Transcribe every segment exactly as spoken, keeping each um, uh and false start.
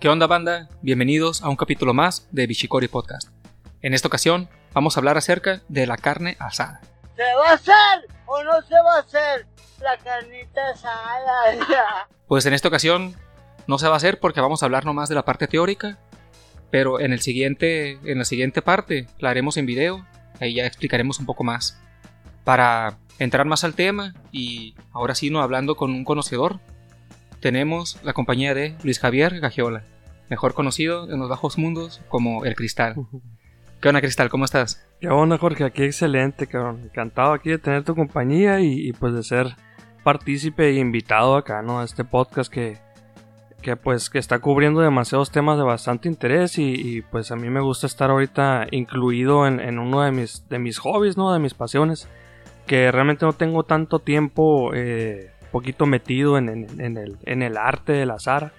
¿Qué onda, banda? Bienvenidos a un capítulo más de Bichicori Podcast. En esta ocasión vamos a hablar acerca de la carne asada. ¿Se va a hacer o no se va a hacer la carnita asada? Pues en esta ocasión no se va a hacer porque vamos a hablar nomás de la parte teórica, pero en el siguiente, en la siguiente parte la haremos en video, ahí ya explicaremos un poco más. Para entrar más al tema y ahora sí no hablando con un conocedor, tenemos la compañía de Luis Javier Gagiola, mejor conocido en los bajos mundos como El Cristal. ¿Qué onda, Cristal? ¿Cómo estás? ¿Qué onda, Jorge? Aquí excelente, cabrón. Encantado aquí de tener tu compañía y, y pues de ser partícipe e invitado acá, ¿no? A este podcast que, que pues que está cubriendo demasiados temas de bastante interés y, y pues a mí me gusta estar ahorita incluido en, en uno de mis, de mis hobbies, ¿no? De mis pasiones, que realmente no tengo tanto tiempo, eh, poquito metido en, en, en, el, en el arte del azar.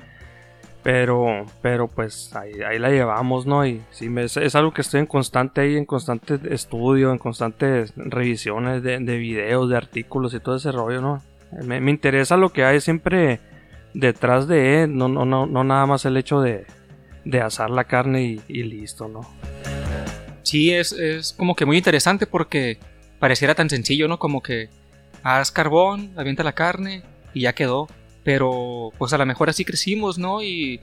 Pero, pero pues ahí, ahí la llevamos, ¿no? Y sí, me, es, es algo que estoy en constante ahí, en constante estudio, en constantes revisiones de, de videos, de artículos y todo ese rollo, ¿no? Me, me interesa lo que hay siempre detrás de, no, no, no, no nada más el hecho de, de asar la carne y, y listo, ¿no? Sí, es, es como que muy interesante porque pareciera tan sencillo, ¿no? Como que haz carbón, avienta la carne y ya quedó. Pero pues a lo mejor así crecimos, ¿no? Y,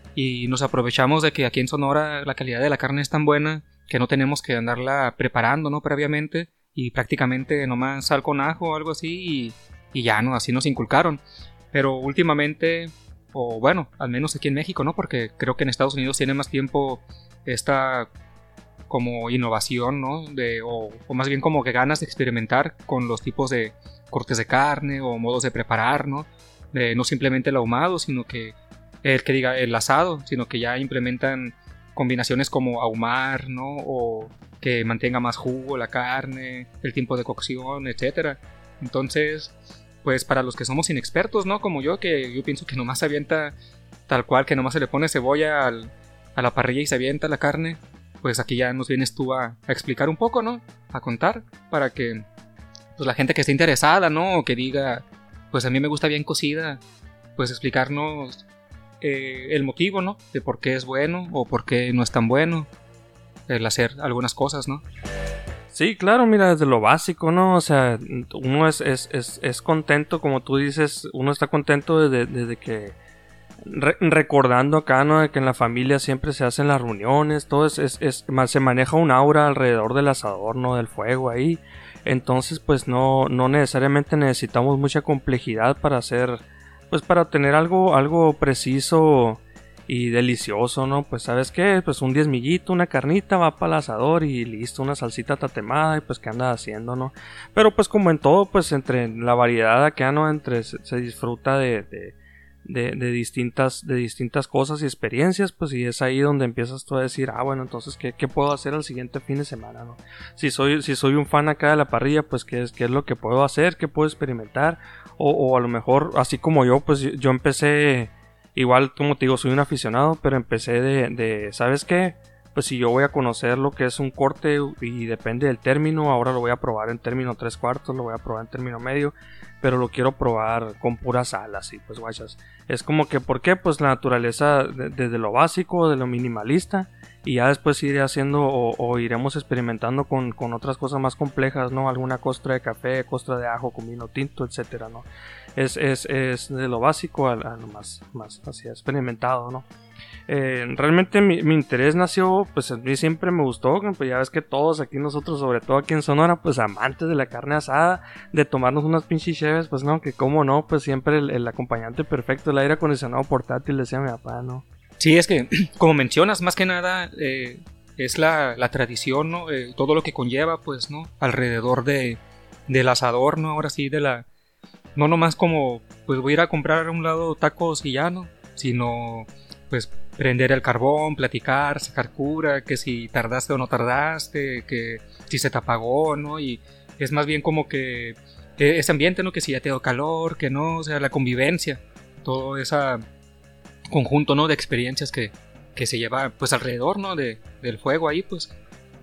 y nos aprovechamos de que aquí en Sonora la calidad de la carne es tan buena que no tenemos que andarla preparando, ¿no? Previamente. Y prácticamente nomás sal con ajo o algo así y, y ya, ¿no? Así nos inculcaron. Pero últimamente, o bueno, al menos aquí en México, ¿no? Porque creo que en Estados Unidos tiene más tiempo esta como innovación, ¿no? De, o, o más bien como que ganas de experimentar con los tipos de cortes de carne o modos de preparar, ¿no? De no simplemente el ahumado, sino que el que diga el asado, sino que ya implementan combinaciones como ahumar, ¿no? O que mantenga más jugo la carne, el tiempo de cocción, etcétera. Entonces, pues para los que somos inexpertos, ¿no? Como yo, que yo pienso que nomás se avienta tal cual, que nomás se le pone cebolla al, a la parrilla y se avienta la carne, pues aquí ya nos vienes tú a, a explicar un poco, ¿no? A contar, para que pues la gente que esté interesada, ¿no? O que diga, pues a mí me gusta bien cocida, pues explicarnos eh, el motivo, ¿no? De por qué es bueno o por qué no es tan bueno el hacer algunas cosas, ¿no? Sí, claro, mira, desde lo básico, ¿no? O sea, uno es, es, es, es contento, como tú dices, uno está contento desde, desde que re, recordando acá, ¿no? De que en la familia siempre se hacen las reuniones, todo es, es, es, se maneja un aura alrededor del asador, ¿no? Del fuego ahí. Entonces pues no, no necesariamente necesitamos mucha complejidad para hacer, pues para obtener algo, algo preciso y delicioso, ¿no? Pues ¿sabes qué? Pues un diezmillito, una carnita va para el asador y listo, una salsita tatemada y pues ¿qué andas haciendo, no? Pero pues como en todo, pues entre la variedad acá, ¿no? Entre se, se disfruta de... de De, de distintas de distintas cosas y experiencias, pues y es ahí donde empiezas tú a decir, ah bueno, entonces qué, qué puedo hacer el siguiente fin de semana, ¿no? Si soy, si soy un fan acá de la parrilla, pues qué es, qué es lo que puedo hacer, qué puedo experimentar, o, o a lo mejor, así como yo, pues yo empecé, igual como te digo, soy un aficionado, pero empecé de, de ¿sabes qué? Pues si yo voy a conocer lo que es un corte y depende del término, ahora lo voy a probar en término tres cuartos, lo voy a probar en término medio, pero lo quiero probar con pura sal, así pues guachas. Es como que, ¿por qué? Pues la naturaleza desde de lo básico, de lo minimalista, y ya después iré haciendo o, o iremos experimentando con, con otras cosas más complejas, ¿no? Alguna costra de café, costra de ajo con vino tinto, etcétera, ¿no? Es, es, es de lo básico a, a lo más, más así experimentado, ¿no? Eh, realmente mi, mi interés nació, pues a mí siempre me gustó, pues ya ves que todos aquí nosotros, sobre todo aquí en Sonora, pues amantes de la carne asada, de tomarnos unas pinches cheves, pues no, que cómo no, pues siempre el, el acompañante perfecto, el aire acondicionado portátil, decía mi papá, ¿no? Sí, es que, como mencionas, más que nada, eh, es la, la tradición, ¿no? Eh, todo lo que conlleva, pues, ¿no? Alrededor de, del asador, ¿no? Ahora sí, de la... No nomás como, pues voy a ir a comprar a un lado tacos y ya, ¿no? Sino... pues prender el carbón, platicar, sacar cura, que si tardaste o no tardaste, que si se te apagó, ¿no? Y es más bien como que ese ambiente, ¿no? Que si ya te dio calor, que no, o sea, la convivencia, todo ese conjunto, ¿no? De experiencias que, que se lleva, pues, alrededor, ¿no? De, del fuego ahí, pues.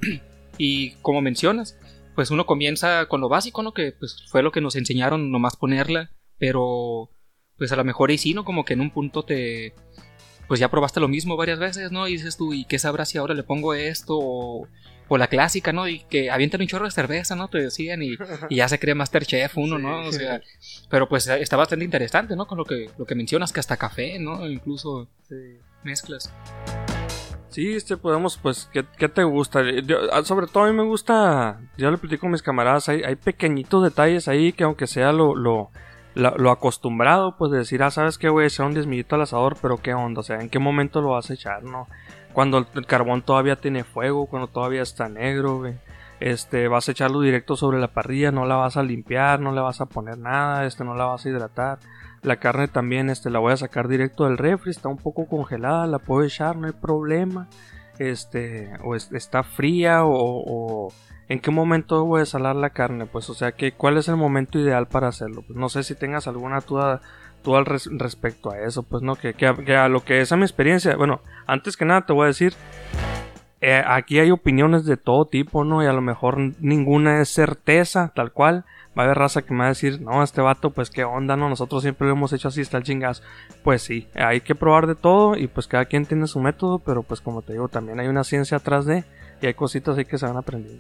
Y como mencionas, pues uno comienza con lo básico, ¿no? Que pues fue lo que nos enseñaron, nomás ponerla, pero pues a lo mejor ahí sí, ¿no? Como que en un punto te... pues ya probaste lo mismo varias veces, ¿no? Y dices tú, ¿y qué sabrás si ahora le pongo esto? O, o la clásica, ¿no? Y que avientan un chorro de cerveza, ¿no? Te decían, y, y ya se cree Masterchef uno, ¿no? O sea, pero pues está bastante interesante, ¿no? Con lo que, lo que mencionas, que hasta café, ¿no? Incluso sí. Mezclas. Sí, este, podemos, pues, ¿qué, qué te gusta? Yo, sobre todo a mí me gusta, yo le platico con mis camaradas, hay, hay pequeñitos detalles ahí que aunque sea lo, lo, lo, lo acostumbrado, pues de decir, ah, ¿sabes qué, güey? Echar un diezmillito al asador, pero ¿qué onda? O sea, ¿en qué momento lo vas a echar, no? Cuando el, el carbón todavía tiene fuego, cuando todavía está negro, güey. Este, vas a echarlo directo sobre la parrilla, no la vas a limpiar, no le vas a poner nada, este, no la vas a hidratar. La carne también, este, la voy a sacar directo del refri, está un poco congelada, la puedo echar, no hay problema. Este, o es, está fría, o, o en qué momento voy a salar la carne, pues, o sea, que cuál es el momento ideal para hacerlo. Pues no sé si tengas alguna duda, duda al res, respecto a eso, pues, no, que, que, que a lo que es a mi experiencia, bueno, antes que nada te voy a decir. Eh, aquí hay opiniones de todo tipo, ¿no? Y a lo mejor ninguna es certeza, tal cual. Va a haber raza que me va a decir, no, este vato, pues qué onda, ¿no? Nosotros siempre lo hemos hecho así, está el chingazo. Pues sí, hay que probar de todo y pues cada quien tiene su método, pero pues como te digo, también hay una ciencia atrás de, y hay cositas ahí que se van aprendiendo.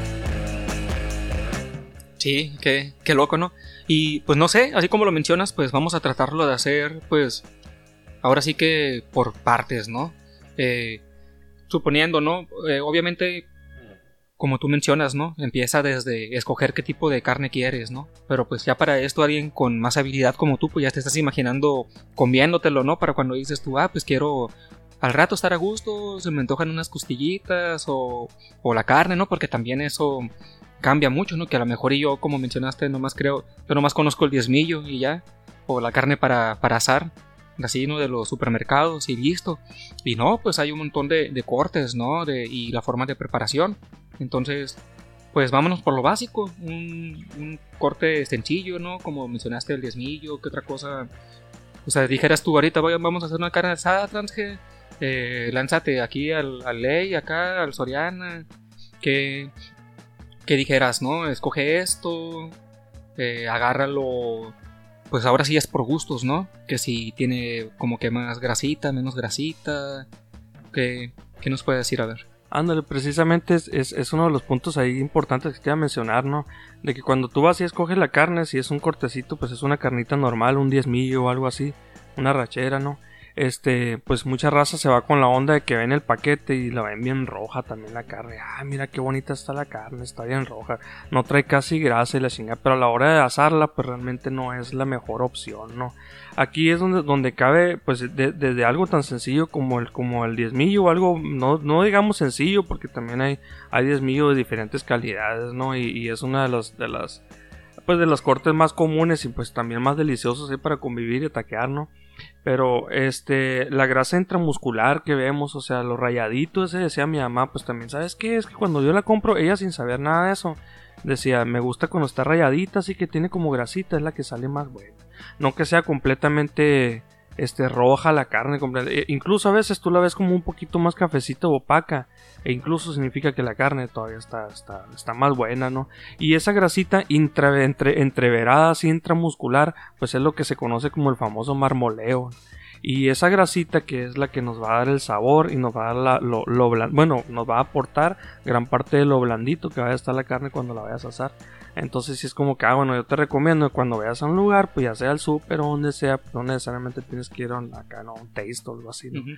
Sí, qué, qué loco, ¿no? Y pues no sé, así como lo mencionas, pues vamos a tratarlo de hacer, pues, ahora sí que por partes, ¿no? Eh... Suponiendo, ¿no? Eh, obviamente, como tú mencionas, ¿no? Empieza desde escoger qué tipo de carne quieres, ¿no? Pero pues ya para esto alguien con más habilidad como tú, pues ya te estás imaginando comiéndotelo, ¿no? Para cuando dices tú, ah, pues quiero al rato estar a gusto, se me antojan unas costillitas o, o la carne, ¿no? Porque también eso cambia mucho, ¿no? Que a lo mejor y yo, como mencionaste, nomás creo, yo nomás conozco el diezmillo y ya, o la carne para, para asar. Así, ¿no? De los supermercados y listo. Y no, pues hay un montón de, de cortes, ¿no? De, y la forma de preparación. Entonces, pues vámonos por lo básico. Un, un corte sencillo, ¿no? Como mencionaste el diezmillo, ¿qué otra cosa? O sea, dijeras tú ahorita, vamos a hacer una carne asada, Transge. Eh, lánzate aquí al, al Ley, acá, al Soriana. Que, que dijeras, ¿no? Escoge esto. Eh, agárralo. Pues ahora sí es por gustos, ¿no? Que si tiene como que más grasita, menos grasita. ¿Qué, qué nos puede decir? A ver. Ándale, precisamente es, es, es uno de los puntos ahí importantes que te iba a mencionar, ¿no? De que cuando tú vas y escoges la carne, si es un cortecito, pues es una carnita normal, un diezmillo o algo así, una rachera, ¿no? Este, pues mucha raza se va con la onda de que ven el paquete y la ven bien roja también la carne. Ah, mira qué bonita está la carne, está bien roja. No trae casi grasa y la chinga, pero a la hora de asarla, pues realmente no es la mejor opción, ¿no? Aquí es donde, donde cabe, pues, desde de, de algo tan sencillo como el, como el diezmillo o algo, no, no digamos sencillo, porque también hay, hay diezmillo de diferentes calidades, ¿no? Y, y es una de las, de las, pues, de los cortes más comunes y pues también más deliciosos, ¿eh? Para convivir y taquear, ¿no? Pero este, la grasa intramuscular que vemos, o sea, los rayaditos, ese decía mi mamá, pues también, ¿sabes qué? Es que cuando yo la compro, ella sin saber nada de eso, decía, me gusta cuando está rayadita, así que tiene como grasita, es la que sale más buena. No que sea completamente este, roja la carne, e incluso a veces tú la ves como un poquito más cafecita o opaca, e incluso significa que la carne todavía está, está, está más buena, ¿no? Y esa grasita intra, entre, entreverada, así intramuscular, pues es lo que se conoce como el famoso marmoleo. Y esa grasita que es la que nos va a dar el sabor y nos va a dar la, lo, lo bland, bueno, nos va a aportar gran parte de lo blandito que vaya a estar la carne cuando la vayas a asar. Entonces si es como que, ah, bueno, yo te recomiendo que cuando vayas a un lugar, pues ya sea al súper o donde sea, pues no necesariamente tienes que ir a acá, no, un taste o algo así, ¿no? Uh-huh.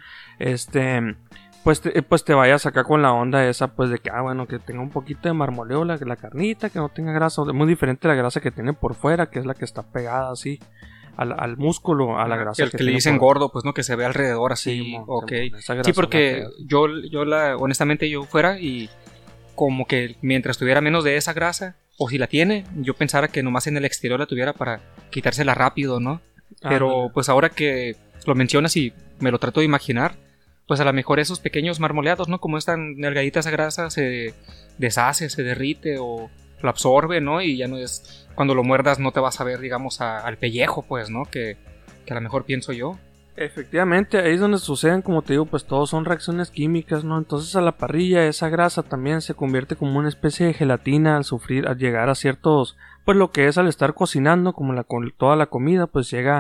Este, pues te, pues te vayas acá con la onda esa, pues de que, ah, bueno, que tenga un poquito de marmoleo la, la carnita, que no tenga grasa, es muy diferente la grasa que tiene por fuera, que es la que está pegada así al, al músculo, a la grasa. El que, que le dicen por... gordo, pues no, que se ve alrededor así. Sí, okay. Sí, porque yo, yo la, honestamente yo fuera y como que mientras tuviera menos de esa grasa, o si la tiene, yo pensara que nomás en el exterior la tuviera para quitársela rápido, ¿no? Ah, pero no. Pues ahora que lo mencionas y me lo trato de imaginar, pues a lo mejor esos pequeños marmoleados, ¿no? Como esta delgadita esa grasa se deshace, se derrite o lo absorbe, ¿no? Y ya no es, cuando lo muerdas no te vas a ver, digamos, a, al pellejo, pues, ¿no? Que, que a lo mejor pienso yo. Efectivamente, ahí es donde suceden, como te digo, pues todos son reacciones químicas, ¿no? Entonces a la parrilla esa grasa también se convierte como una especie de gelatina al sufrir, al llegar a ciertos, pues lo que es al estar cocinando, como la, con toda la comida, pues llega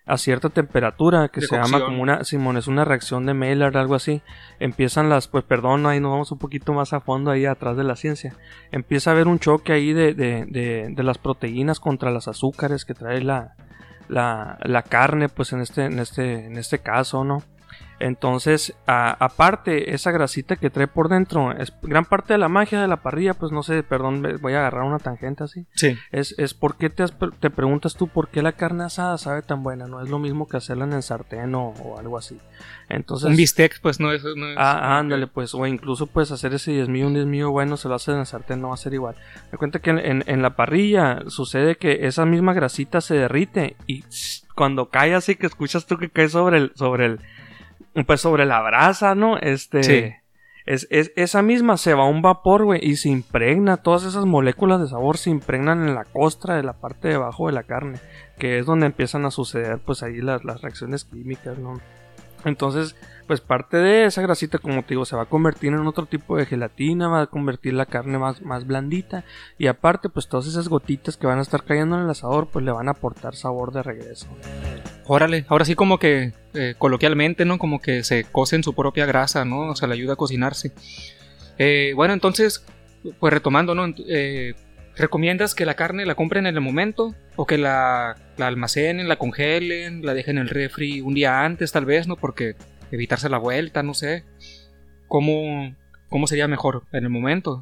a cierta temperatura que De se cocción. llama como una, Simón, es una reacción de Maillard, algo así. Empiezan las, pues perdón, ahí nos vamos un poquito más a fondo ahí atrás de la ciencia. Empieza a haber un choque ahí de, de, de, de las proteínas contra los azúcares que trae la, la, la carne, pues en este, en este, en este caso, ¿no? Entonces, a, aparte, esa grasita que trae por dentro, es gran parte de la magia de la parrilla, pues no sé, perdón, voy a agarrar una tangente así. Sí. Es, es por qué te, has, te preguntas tú por qué la carne asada sabe tan buena, no es lo mismo que hacerla en el sartén o, o algo así. Entonces, un bistec, pues no es... No es ah, ándale, pues, o incluso puedes hacer ese diezmillo, un diezmillo bueno, se lo haces en el sartén, no va a ser igual. Me cuenta que en, en, en la parrilla sucede que esa misma grasita se derrite y cuando cae así que escuchas tú que cae sobre el... Sobre el pues sobre la brasa, ¿no? Este... Sí. Es, es, esa misma se va a un vapor, güey, y se impregna, todas esas moléculas de sabor se impregnan en la costra de la parte de abajo de la carne, que es donde empiezan a suceder, pues ahí las, las reacciones químicas, ¿no? Entonces, pues parte de esa grasita, como te digo, se va a convertir en otro tipo de gelatina, va a convertir la carne más, más blandita, y aparte, pues todas esas gotitas que van a estar cayendo en el asador, pues le van a aportar sabor de regreso. Órale, ahora sí como que eh, coloquialmente, ¿no? Como que se cose en su propia grasa, ¿no? O sea, le ayuda a cocinarse. Eh, bueno, entonces, pues retomando, ¿no? Eh, ¿recomiendas que la carne la compren en el momento? ¿O que la, la almacenen, la congelen, la dejen en el refri un día antes tal vez, ¿no? Porque evitarse la vuelta, no sé. ¿Cómo, cómo sería mejor en el momento?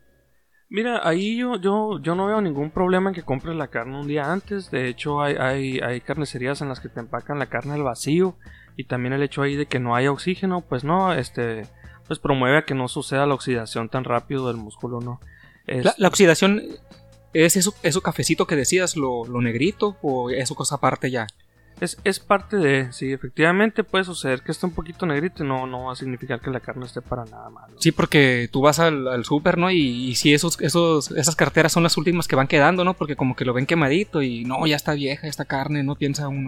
Mira, ahí yo, yo, yo no veo ningún problema en que compres la carne un día antes. De hecho, hay, hay, hay carnicerías en las que te empacan la carne al vacío. Y también el hecho ahí de que no haya oxígeno, pues no, este, pues promueve a que no suceda la oxidación tan rápido del músculo, ¿no? Es... La, la oxidación es eso, eso cafecito que decías, lo, lo negrito, o eso cosa aparte ya. Es, es parte de, sí, efectivamente puede suceder que esté un poquito negrito y no, no va a significar que la carne esté para nada mal, ¿no? Sí, porque tú vas al, al súper, ¿no? Y, y sí, esos, esos, esas carteras son las últimas que van quedando, ¿no? Porque como que lo ven quemadito y no, ya está vieja esta carne, no piensa uno.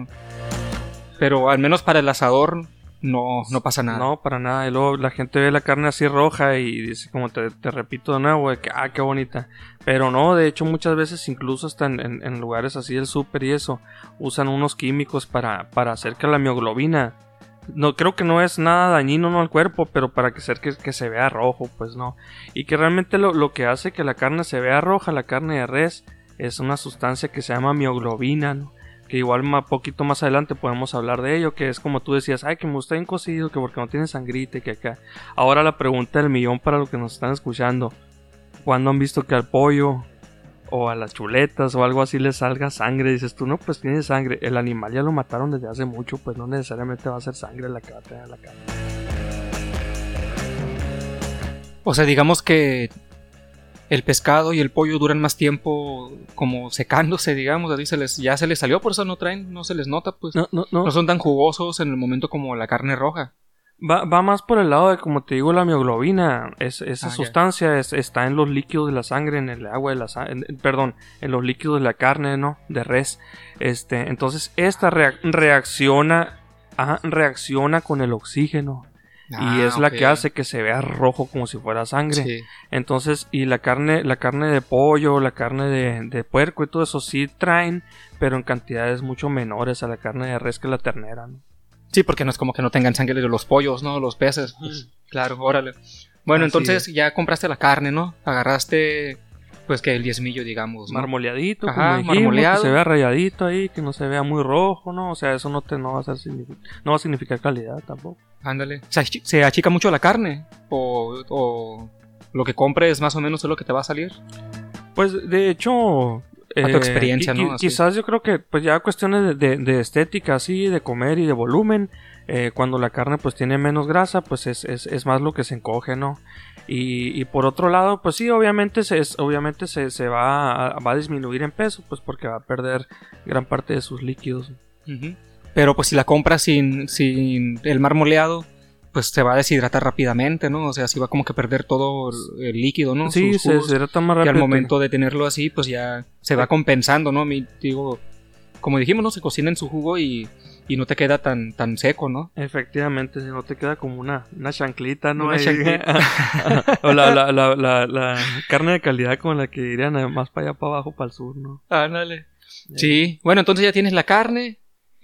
Pero al menos para el asador no, no pasa nada. No, para nada. Y luego la gente ve la carne así roja y dice, como te, te repito de nuevo, de que, ah, qué bonita. Pero no, de hecho muchas veces incluso hasta en, en, en lugares así del súper y eso, usan unos químicos para, para hacer que la mioglobina, no, creo que no es nada dañino, no al cuerpo, pero para que, hacer que, que se vea rojo, pues no. Y que realmente lo, lo que hace que la carne se vea roja, la carne de res, es una sustancia que se llama mioglobina, ¿no? Que igual un poquito más adelante podemos hablar de ello, que es como tú decías, ay, que me gusta bien cocido, que porque no tiene sangrita y que acá. Ahora la pregunta del millón para los que nos están escuchando, ¿cuándo han visto que al pollo o a las chuletas o algo así le salga sangre? Dices tú, no, pues tiene sangre, el animal ya lo mataron desde hace mucho, pues no necesariamente va a ser sangre la que va a tener la carne. O sea, digamos que el pescado y el pollo duran más tiempo como secándose, digamos, así se les, ya se les salió, por eso no traen, no se les nota, pues. No, no, no. No son tan jugosos en el momento como la carne roja. Va, va más por el lado de, como te digo, la mioglobina. Es, esa Ah, sustancia es, está en los líquidos de la sangre, en el agua de la sangre, perdón, en los líquidos de la carne, ¿no? De res. Este, entonces, esta rea- reacciona, ajá, reacciona con el oxígeno. Ah, y es la okay. que hace que se vea rojo como si fuera sangre. Sí. Entonces, y la carne, la carne de pollo, la carne de, de puerco y todo eso sí traen, pero en cantidades mucho menores a la carne de res que la ternera, ¿no? Sí, porque no es como que no tengan sangre de los pollos, ¿no? Los peces. Claro, órale. Bueno, Así entonces es. ya compraste la carne, ¿no? Agarraste, pues que el diezmillo, digamos, ¿no? Marmoleadito, Ajá, como dijimos, marmoleado. que se vea rayadito ahí, que no se vea muy rojo, ¿no? O sea, eso no te no va a ser signific- no va a significar calidad tampoco. Ándale. ¿Se, achi- se achica mucho la carne? O, o lo que compres más o menos es lo que te va a salir? Pues de hecho, A tu experiencia, qui- ¿no? qui- Así. Quizás yo creo que pues ya cuestiones de, de- de estética, así, de comer y de volumen, eh, cuando la carne pues tiene menos grasa, pues es, es, es más lo que se encoge, ¿no? Y, y por otro lado, pues sí, obviamente se, es- obviamente se, se va, a, va a disminuir en peso, pues porque va a perder gran parte de sus líquidos. Ujú. Pero pues si la compras sin, sin el marmoleado, pues se va a deshidratar rápidamente, ¿no? O sea, si va como que a perder todo el, el líquido, ¿no? Sí, Sus se jugos. hidrata más Y rápido. al momento de tenerlo así, pues ya se va compensando, ¿no? Mi, digo, como dijimos, ¿no? Se cocina en su jugo y, y no te queda tan, tan seco, ¿no? Efectivamente, si no te queda como una, una chanclita, ¿no? Una Ahí. chanclita. O la, la, la, la, la carne de calidad con la que irían más para allá, para abajo, para el sur, ¿no? Ándale. Sí, bueno, entonces ya tienes la carne.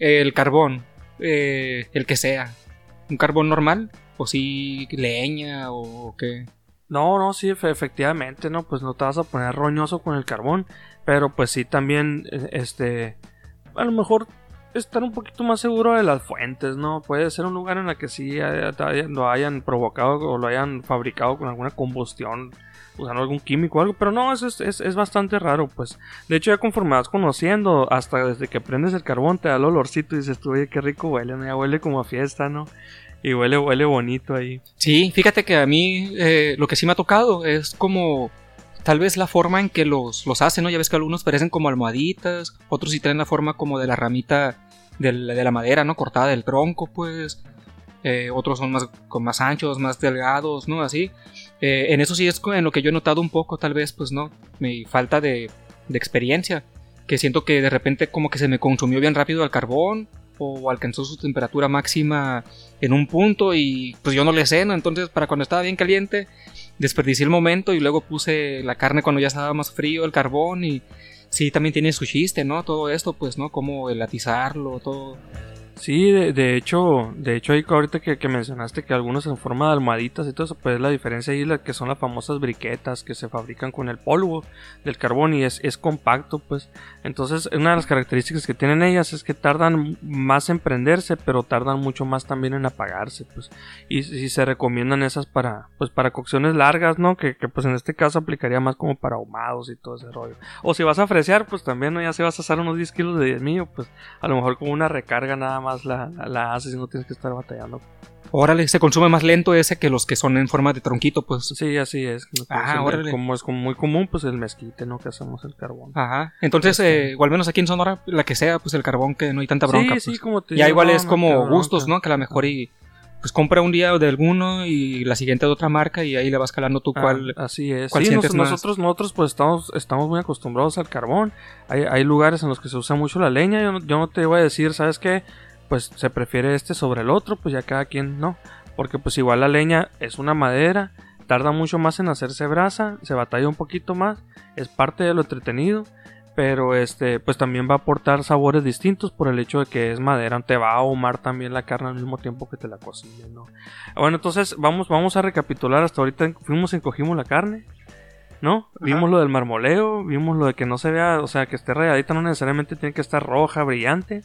el carbón, eh, el que sea, ¿un carbón normal? ¿O si sí, leña o qué? No, no, sí, efectivamente, no, pues no te vas a poner roñoso con el carbón, pero pues sí también, este, a lo mejor estar un poquito más seguro de las fuentes, ¿no? Puede ser un lugar en el que sí lo hayan provocado o lo hayan fabricado con alguna combustión, usando algún químico o algo, pero no, es, es, es bastante raro, pues. De hecho, ya conforme vas conociendo, hasta desde que prendes el carbón te da el olorcito y dices, tú, oye, qué rico huele, ¿no? Ya huele como a fiesta, ¿no? Y huele, huele bonito ahí. Sí, fíjate que a mí eh, lo que sí me ha tocado es como tal vez la forma en que los, los hacen, ¿no? Ya ves que algunos parecen como almohaditas, otros sí traen la forma como de la ramita de la, de la madera, ¿no? Cortada del tronco, pues. Eh, otros son más, con más anchos, más delgados, ¿no? Así. Eh, en eso sí es en lo que yo he notado un poco, tal vez, pues, ¿no? Mi falta de, de experiencia. Que siento que de repente como que se me consumió bien rápido el carbón, o alcanzó su temperatura máxima en un punto y pues yo no le sé, ¿no? Entonces para cuando estaba bien caliente desperdicié el momento y luego puse la carne cuando ya estaba más frío, el carbón, y sí, también tiene su chiste, ¿no? Todo esto, pues, ¿no? Como el atizarlo, todo. Sí, de, de hecho, de hecho ahí ahorita que, que mencionaste que algunos en forma de almohaditas y todo eso, pues la diferencia ahí la que son las famosas briquetas que se fabrican con el polvo del carbón y es, es compacto, pues. Entonces, una de las características que tienen ellas es que tardan más en prenderse, pero tardan mucho más también en apagarse, pues. Y, y se recomiendan esas para, pues, para cocciones largas, ¿no? Que, que pues en este caso aplicaría más como para ahumados y todo ese rollo. O si vas a fresear, pues también, ¿no? Ya si vas a hacer unos diez kilos de diezmillo, pues a lo mejor como una recarga nada más más la, la, la haces y no tienes que estar batallando. Órale, se consume más lento ese que los que son en forma de tronquito, pues. Sí, así es. Ah, órale. Como es como muy común, pues el mezquite, ¿no? Que hacemos el carbón. Ajá. Entonces, este... eh, o al menos aquí en Sonora, la que sea, pues el carbón, que no hay tanta bronca. Sí, pues. sí, como te ya digo, igual no, es como no, gustos, no, ¿no? Que a lo mejor y pues compra un día de alguno y la siguiente de otra marca y ahí le vas calando tú cuál. Ah, así es. Cuál sí, sientes nos, más. nosotros, nosotros pues estamos, estamos muy acostumbrados al carbón. Hay, hay lugares en los que se usa mucho la leña. Yo no, yo no te voy a decir, ¿sabes qué? Pues se prefiere este sobre el otro, pues ya cada quien no. Porque pues igual la leña es una madera, tarda mucho más en hacerse brasa, se batalla un poquito más, es parte de lo entretenido. Pero este, pues también va a aportar sabores distintos por el hecho de que es madera. Te va a ahumar también la carne al mismo tiempo que te la cocines, ¿no? Bueno, entonces vamos, vamos a recapitular. Hasta ahorita fuimos y encogimos la carne, ¿no? Ajá. Vimos lo del marmoleo, vimos lo de que no se vea, o sea, que esté rayadita, no necesariamente tiene que estar roja, brillante.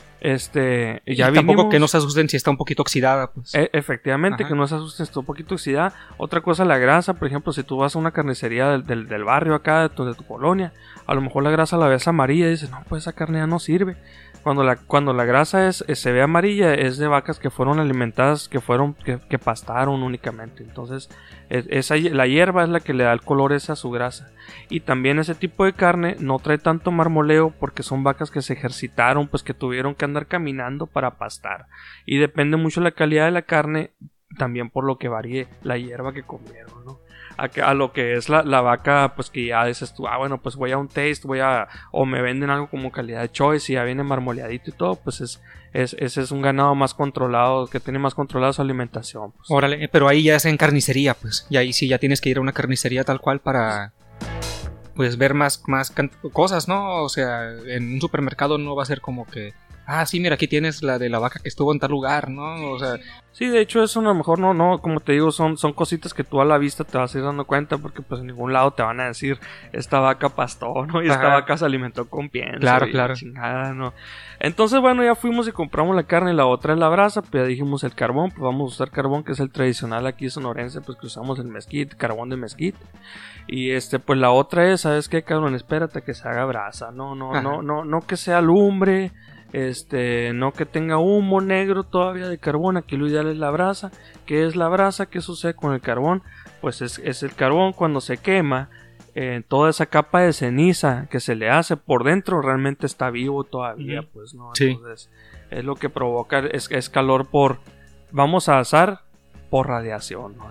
Este, y ya tampoco vinimos, que no se asusten si está un poquito oxidada, pues. E- efectivamente, ajá, que no se asusten si está un poquito oxidada. Otra cosa, la grasa, por ejemplo, si tú vas a una carnicería del, del, del barrio acá, de tu, de tu colonia, a lo mejor la grasa la ves amarilla y dices, no, pues esa carne ya no sirve. Cuando la, cuando la grasa es, es, se ve amarilla, es de vacas que fueron alimentadas, que fueron, que, que pastaron únicamente. Entonces, es, esa, la hierba es la que le da el color ese a su grasa. Y también ese tipo de carne no trae tanto marmoleo porque son vacas que se ejercitaron, pues que tuvieron que andar caminando para pastar. Y depende mucho la calidad de la carne, también por lo que varíe la hierba que comieron, ¿no? A, que, a lo que es la, la vaca, pues que ya dices tú, ah, bueno, pues voy a un taste, voy a, o me venden algo como calidad de choice y ya viene marmoleadito y todo, pues es, es, ese es un ganado más controlado, que tiene más controlada su alimentación. Pues. Órale, pero ahí ya es en carnicería, pues, y ahí sí ya tienes que ir a una carnicería tal cual para, pues, ver más, más cosas, ¿no? O sea, en un supermercado no va a ser como que, ah, sí, mira, aquí tienes la de la vaca que estuvo en tal lugar, ¿no? O sea... Sí, de hecho eso a lo mejor no, no, como te digo, son, son cositas que tú a la vista te vas a ir dando cuenta porque pues en ningún lado te van a decir esta vaca pastó, ¿no? Y ajá, esta vaca se alimentó con pienso. Claro, claro. Chingada, ¿no? Entonces, bueno, ya fuimos y compramos la carne y la otra es la brasa, pues ya dijimos el carbón, pues vamos a usar carbón que es el tradicional aquí sonorense, pues que usamos el mezquite, carbón de mezquite. Y este, pues la otra es, ¿sabes qué, cabrón? Espérate que se haga brasa, no, no, ajá, no, no, no que sea lumbre. Este, no que tenga humo negro todavía de carbón. Aquí lo ideal es la brasa. ¿Qué es la brasa? ¿Qué sucede con el carbón? Pues es, es el carbón cuando se quema, eh, toda esa capa de ceniza que se le hace por dentro realmente está vivo todavía, mm. pues no. Sí. Entonces es lo que provoca, es, es calor por, vamos a asar por radiación, ¿no?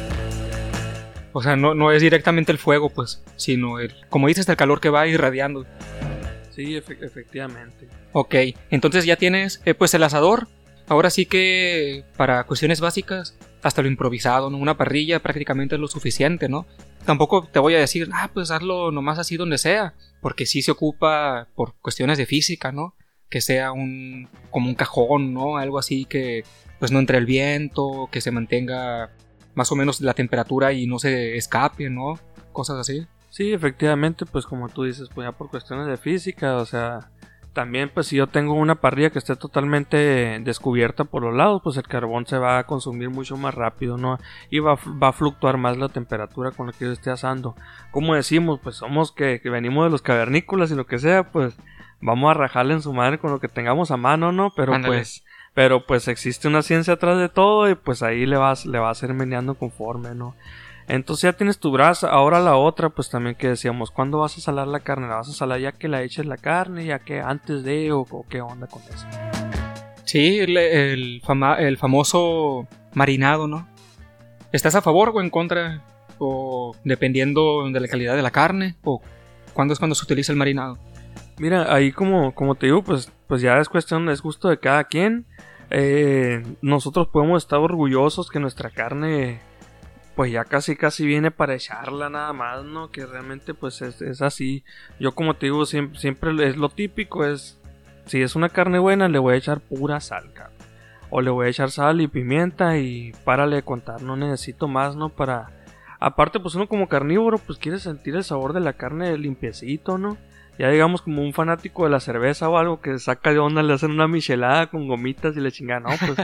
O sea, no, no es directamente el fuego, pues, sino el, como dices, el calor que va irradiando. Sí, efe- efectivamente. Ok, entonces ya tienes eh, pues el asador. Ahora sí que para cuestiones básicas, hasta lo improvisado, ¿no? Una parrilla prácticamente es lo suficiente, ¿no? Tampoco te voy a decir, ah, pues hazlo nomás así donde sea, porque sí se ocupa por cuestiones de física, ¿no? que sea un como un cajón, ¿no? Algo así que pues no entre el viento, que se mantenga más o menos la temperatura y no se escape, ¿no? Cosas así. Sí, efectivamente, pues como tú dices, pues ya por cuestiones de física, o sea, también pues si yo tengo una parrilla que esté totalmente descubierta por los lados, pues el carbón se va a consumir mucho más rápido, ¿no? Y va, va a fluctuar más la temperatura con la que yo esté asando. Como decimos, pues somos que, que venimos de los cavernícolas y lo que sea, pues vamos a rajarle en su madre con lo que tengamos a mano, ¿no? Pero Ándale. pues... Pero pues existe una ciencia atrás de todo y pues ahí le vas, le vas a ir meneando conforme, ¿no? Entonces ya tienes tu brasa, ahora la otra pues también que decíamos, ¿cuándo vas a salar la carne? ¿La vas a salar ya que la eches la carne, ya que antes de o, o qué onda con eso? Sí, el, el, fama, el famoso marinado, ¿no? ¿Estás a favor o en contra? O dependiendo de la calidad de la carne, o cuándo es cuando se utiliza el marinado. Mira, ahí como, como te digo, pues, pues ya es cuestión, es gusto de cada quien. Eh, nosotros podemos estar orgullosos que nuestra carne pues ya casi casi viene para echarla nada más, ¿no? Que realmente pues es, es así. Yo como te digo, siempre, siempre es lo típico, es si es una carne buena le voy a echar pura sal, cabrón. O le voy a echar sal y pimienta y párale de contar, no necesito más, ¿no? Para... Aparte pues uno como carnívoro pues quiere sentir el sabor de la carne limpiecito, ¿no? Ya digamos como un fanático de la cerveza o algo que saca de onda, le hacen una michelada con gomitas y le chingan, no, pues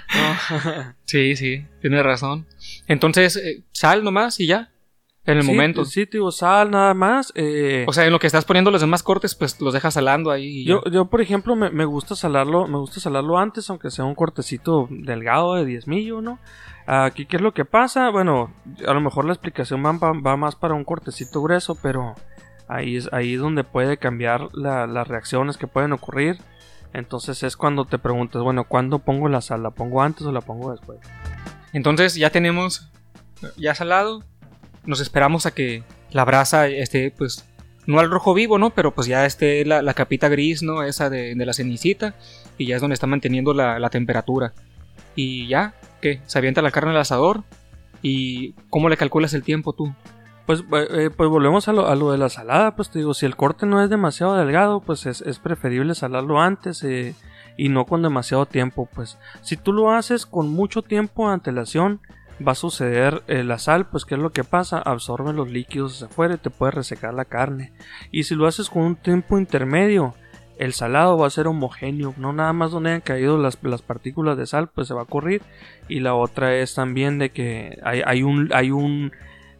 no. Sí, sí, tienes razón. Entonces, eh, sal nomás y ya, en el sí, momento. Sí, digo, sal nada más. Eh, o sea, en lo que estás poniendo los demás cortes, pues los dejas salando ahí. Y yo, yo, por ejemplo, me, me gusta salarlo, me gusta salarlo antes, aunque sea un cortecito delgado de diezmillo, ¿no? Aquí, ¿qué es lo que pasa? Bueno, a lo mejor la explicación va, va, va más para un cortecito grueso, pero... Ahí es ahí donde puede cambiar la, las reacciones que pueden ocurrir. Entonces es cuando te preguntas, bueno, ¿cuándo pongo la sal? ¿La pongo antes o la pongo después? Entonces ya tenemos, ya salado. Nos esperamos a que la brasa esté, pues, no al rojo vivo, ¿no? Pero pues ya esté la, la capita gris, ¿no? Esa de, de la cenicita. Y ya es donde está manteniendo la, la temperatura. Y ya, ¿qué? Se avienta la carne al asador. ¿Y cómo le calculas el tiempo tú? Pues, eh, pues volvemos a lo, a lo de la salada, pues te digo, si el corte no es demasiado delgado, pues es, es preferible salarlo antes eh, y no con demasiado tiempo, pues si tú lo haces con mucho tiempo de antelación, va a suceder eh, la sal, pues ¿qué es lo que pasa? Absorbe los líquidos hacia afuera y te puede resecar la carne, y si lo haces con un tiempo intermedio, el salado va a ser homogéneo, no nada más donde hayan caído las, las partículas de sal, pues se va a correr, y la otra es también de que hay, hay un... Hay un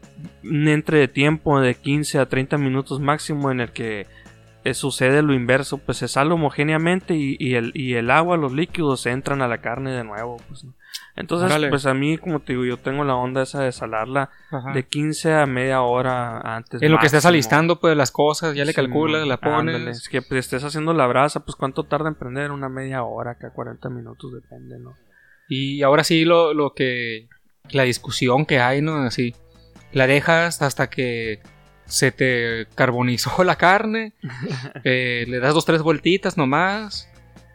un entre de tiempo de quince a treinta minutos máximo en el que eh, sucede lo inverso, pues se sale homogéneamente y, y, el, y el agua, los líquidos entran a la carne de nuevo, pues, ¿no? Entonces, Órale. Pues a mí, como te digo, yo tengo la onda esa de salarla Ajá. de quince a media hora antes. En lo máximo. Que estás alistando pues las cosas, ya le sí, calculas, la pones. Ándale. Es que pues, estés haciendo la brasa, pues cuánto tarda en prender, una media hora, que a cuarenta minutos depende, ¿no? Y ahora sí lo, lo que, la discusión que hay, ¿no? Así. La dejas hasta que se te carbonizó la carne, eh, le das dos tres vueltitas nomás,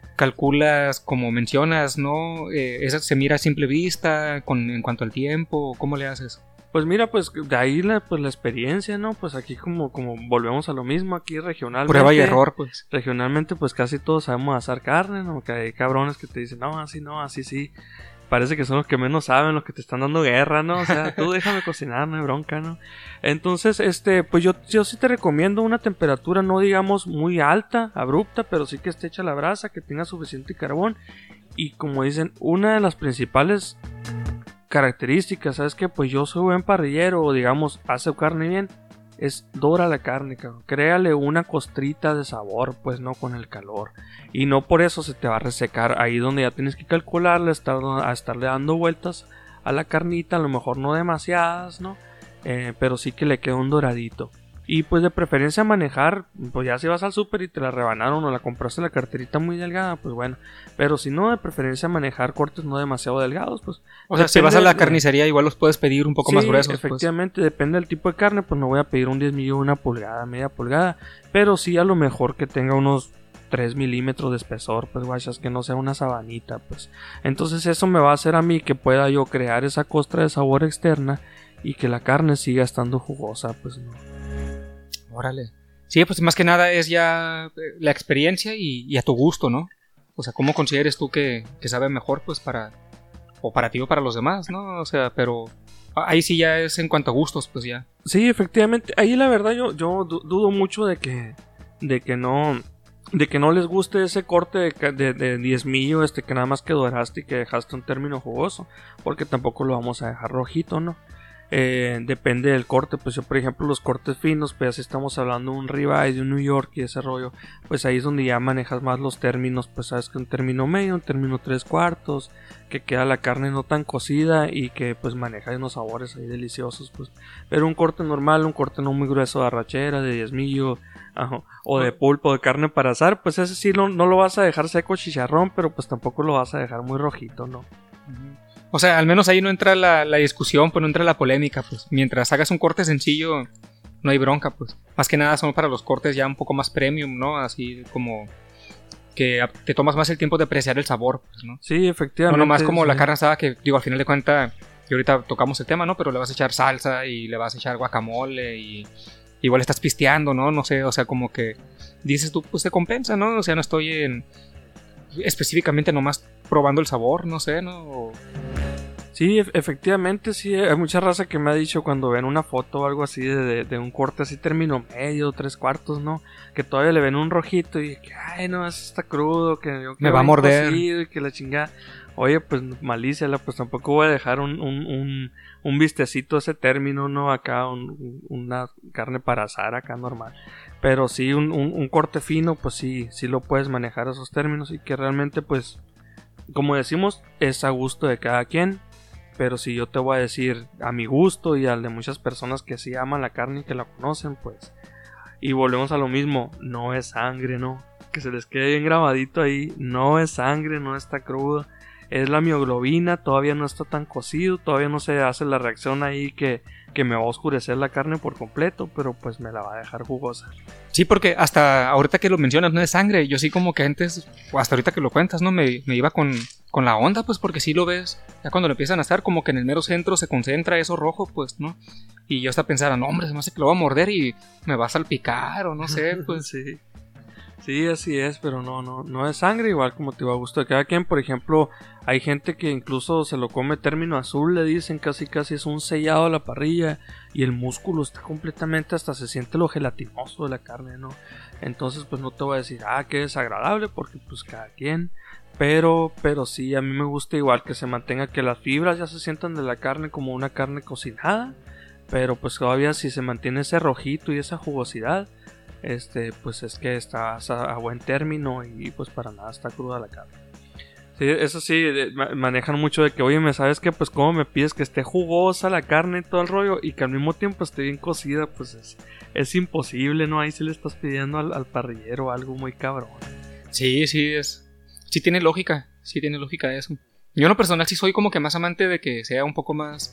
calculas como mencionas, ¿no? Eh, esa se mira a simple vista con, en cuanto al tiempo, ¿cómo le haces? Pues mira, pues de ahí la, pues, la experiencia, ¿no? Pues aquí como, como volvemos a lo mismo, aquí regionalmente. Prueba y error, pues. Regionalmente pues casi todos sabemos asar carne, ¿no? Que hay cabrones que te dicen, no, así no, así sí. Parece que son los que menos saben, los que te están dando guerra, ¿no? O sea, tú déjame cocinar, no hay bronca, ¿no? Entonces, este, pues yo, yo sí te recomiendo una temperatura no digamos muy alta, abrupta, pero sí que esté hecha la brasa, que tenga suficiente carbón. Y como dicen, una de las principales características, ¿sabes qué? Pues yo soy buen parrillero, o digamos, hace carne bien, es dora la carne, cabrón. Créale una costrita de sabor, pues, no, con el calor. Y no por eso se te va a resecar. Ahí donde ya tienes que calcularle, estar, a estarle dando vueltas a la carnita, a lo mejor no demasiadas, ¿no? Eh, pero sí que le queda un doradito. Y pues de preferencia manejar, pues ya si vas al súper y te la rebanaron o la compraste la carterita muy delgada, pues bueno. Pero si no, de preferencia manejar cortes no demasiado delgados, pues. O sea, si vas a la carnicería igual los puedes pedir un poco sí, más gruesos. Efectivamente, pues. Depende del tipo de carne, pues no voy a pedir un diez mililitros, una pulgada, media pulgada. Pero sí a lo mejor que tenga unos tres milímetros de espesor, pues guachas, que no sea una sabanita, pues. Entonces eso me va a hacer a mí que pueda yo crear esa costra de sabor externa y que la carne siga estando jugosa, pues no. Órale. Sí, pues más que nada es ya la experiencia y, y a tu gusto, ¿no? O sea, ¿cómo consideres tú que, que sabe mejor, pues, para... o para ti o para los demás, ¿no? O sea, pero ahí sí ya es en cuanto a gustos, pues ya. Sí, efectivamente. Ahí la verdad yo, yo dudo mucho de que, de que no, de que no les guste ese corte de, de, de diezmillo, este, que nada más que doraste y que dejaste un término jugoso, porque tampoco lo vamos a dejar rojito, ¿no? Eh, depende del corte, pues yo por ejemplo los cortes finos, pues si estamos hablando de un ribeye, de un New York y ese rollo, pues ahí es donde ya manejas más los términos, pues sabes que un término medio, un término tres cuartos, que queda la carne no tan cocida y que pues maneja unos sabores ahí deliciosos, pues. Pero un corte normal, un corte no muy grueso de arrachera, de diezmillo, ajá, o de pulpo, de carne para asar, pues ese sí no, no lo vas a dejar seco chicharrón, pero pues tampoco lo vas a dejar muy rojito, ¿no? O sea, al menos ahí no entra la, la discusión, pues no entra la polémica, pues. Mientras hagas un corte sencillo, no hay bronca, pues. Más que nada son para los cortes ya un poco más premium, ¿no? Así como que te tomas más el tiempo de apreciar el sabor, pues, ¿no? Sí, efectivamente. No nomás como sí. la carne asada que, digo, al final de cuentas, y ahorita tocamos el tema, ¿no? Pero le vas a echar salsa y le vas a echar guacamole y igual estás pisteando, ¿no? No sé, o sea, como que dices tú, pues se compensa, ¿no? O sea, no estoy en... específicamente nomás probando el sabor, no sé, ¿no? O... Sí, efectivamente, sí, hay mucha raza que me ha dicho cuando ven una foto o algo así de, de, de un corte así término medio, tres cuartos, ¿no? Que todavía le ven un rojito y que, ay, no, eso está crudo, que yo me va a morder. Y que la chingada. Oye, pues malíciala, pues tampoco voy a dejar un, un, un, un vistecito ese término, ¿no? Acá, un, una carne para asar acá normal. Pero sí, un, un, un corte fino, pues sí, sí lo puedes manejar esos términos y que realmente, pues, como decimos, es a gusto de cada quien. Pero si yo te voy a decir a mi gusto y al de muchas personas que sí aman la carne y que la conocen, pues... Y volvemos a lo mismo, no es sangre, ¿no? Que se les quede bien grabadito ahí, no es sangre, no está crudo. Es la mioglobina, todavía no está tan cocido, todavía no se hace la reacción ahí que, que me va a oscurecer la carne por completo, pero pues me la va a dejar jugosa. Sí, porque hasta ahorita que lo mencionas no es sangre, yo sí como que antes, o hasta ahorita que lo cuentas, ¿no? Me, me iba con, con la onda, pues porque sí lo ves, ya cuando lo empiezan a hacer como que en el mero centro se concentra eso rojo, pues, ¿no? Y yo hasta pensara, no hombre, se me hace que lo voy a morder y me va a salpicar o no sé, pues. Sí. Sí, así es, pero no, no, no es sangre, igual como te va a gusto de cada quien. Por ejemplo, hay gente que incluso se lo come término azul, le dicen, casi casi es un sellado a la parrilla y el músculo está completamente, hasta se siente lo gelatinoso de la carne, ¿no? Entonces pues no te voy a decir, ah, qué desagradable, porque pues cada quien, pero, pero sí, a mí me gusta igual que se mantenga, que las fibras ya se sientan de la carne como una carne cocinada, pero pues todavía si se mantiene ese rojito y esa jugosidad, este pues es que está a, a buen término y pues para nada está cruda la carne. Sí, eso sí, manejan mucho de que, oye, ¿me sabes qué? Pues cómo me pides que esté jugosa la carne y todo el rollo y que al mismo tiempo esté bien cocida, pues es, es imposible, ¿no? Ahí sí le estás pidiendo al, al parrillero algo muy cabrón. Sí, sí, es sí tiene lógica, sí tiene lógica eso. Yo en lo personal sí soy como que más amante de que sea un poco más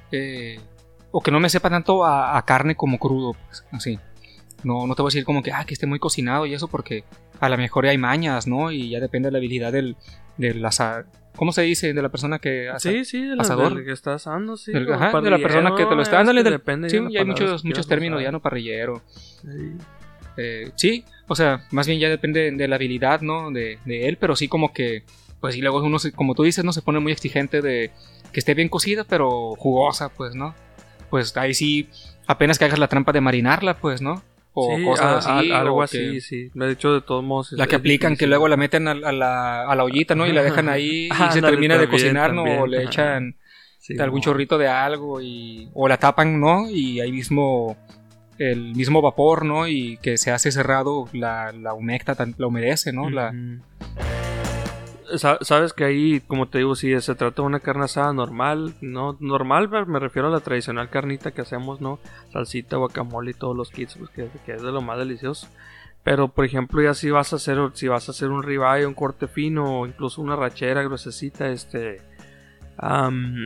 eh, o que no me sepa tanto a, a carne como crudo, pues así. No, no te voy a decir como que, ah, que esté muy cocinado y eso, porque a lo mejor hay mañas, ¿no? Y ya depende de la habilidad del, del asador. ¿Cómo se dice? De la persona que asa, sí, sí, de la, asador. Del que está asando, sí. Del, ajá, de la persona que te lo está dando. Depende. Sí, y hay muchos, muchos términos ya, ¿no? Parrillero. Sí. Eh, sí, o sea, más bien ya depende de la habilidad, ¿no? De, de él, pero sí como que, pues sí, luego uno, como tú dices, ¿no? Se pone muy exigente de que esté bien cocida, pero jugosa, pues, ¿no? Pues ahí sí, apenas que hagas la trampa de marinarla, pues, ¿no? O sí, cosas a, así. a, algo o así, que, sí. De hecho, de todos modos. La que aplican, difícil. Que luego la meten a, a, la, a la ollita, ¿no? Y la dejan ahí y ah, se termina también, de cocinar, ¿no? También. O le echan sí, algún no. chorrito de algo y o la tapan, ¿no? Y ahí mismo el mismo vapor, ¿no? Y que se hace cerrado, la, la humecta, la humedece, ¿no? Mm-hmm. La... Sabes que ahí, como te digo, si sí, se trata de una carne asada normal, no normal, me refiero a la tradicional carnita que hacemos, ¿no? Salsita, guacamole y todos los kits, pues que, que es de lo más delicioso. Pero, por ejemplo, ya si vas a hacer, si vas a hacer un ribeye, un corte fino, o incluso una rachera gruesecita, este, um,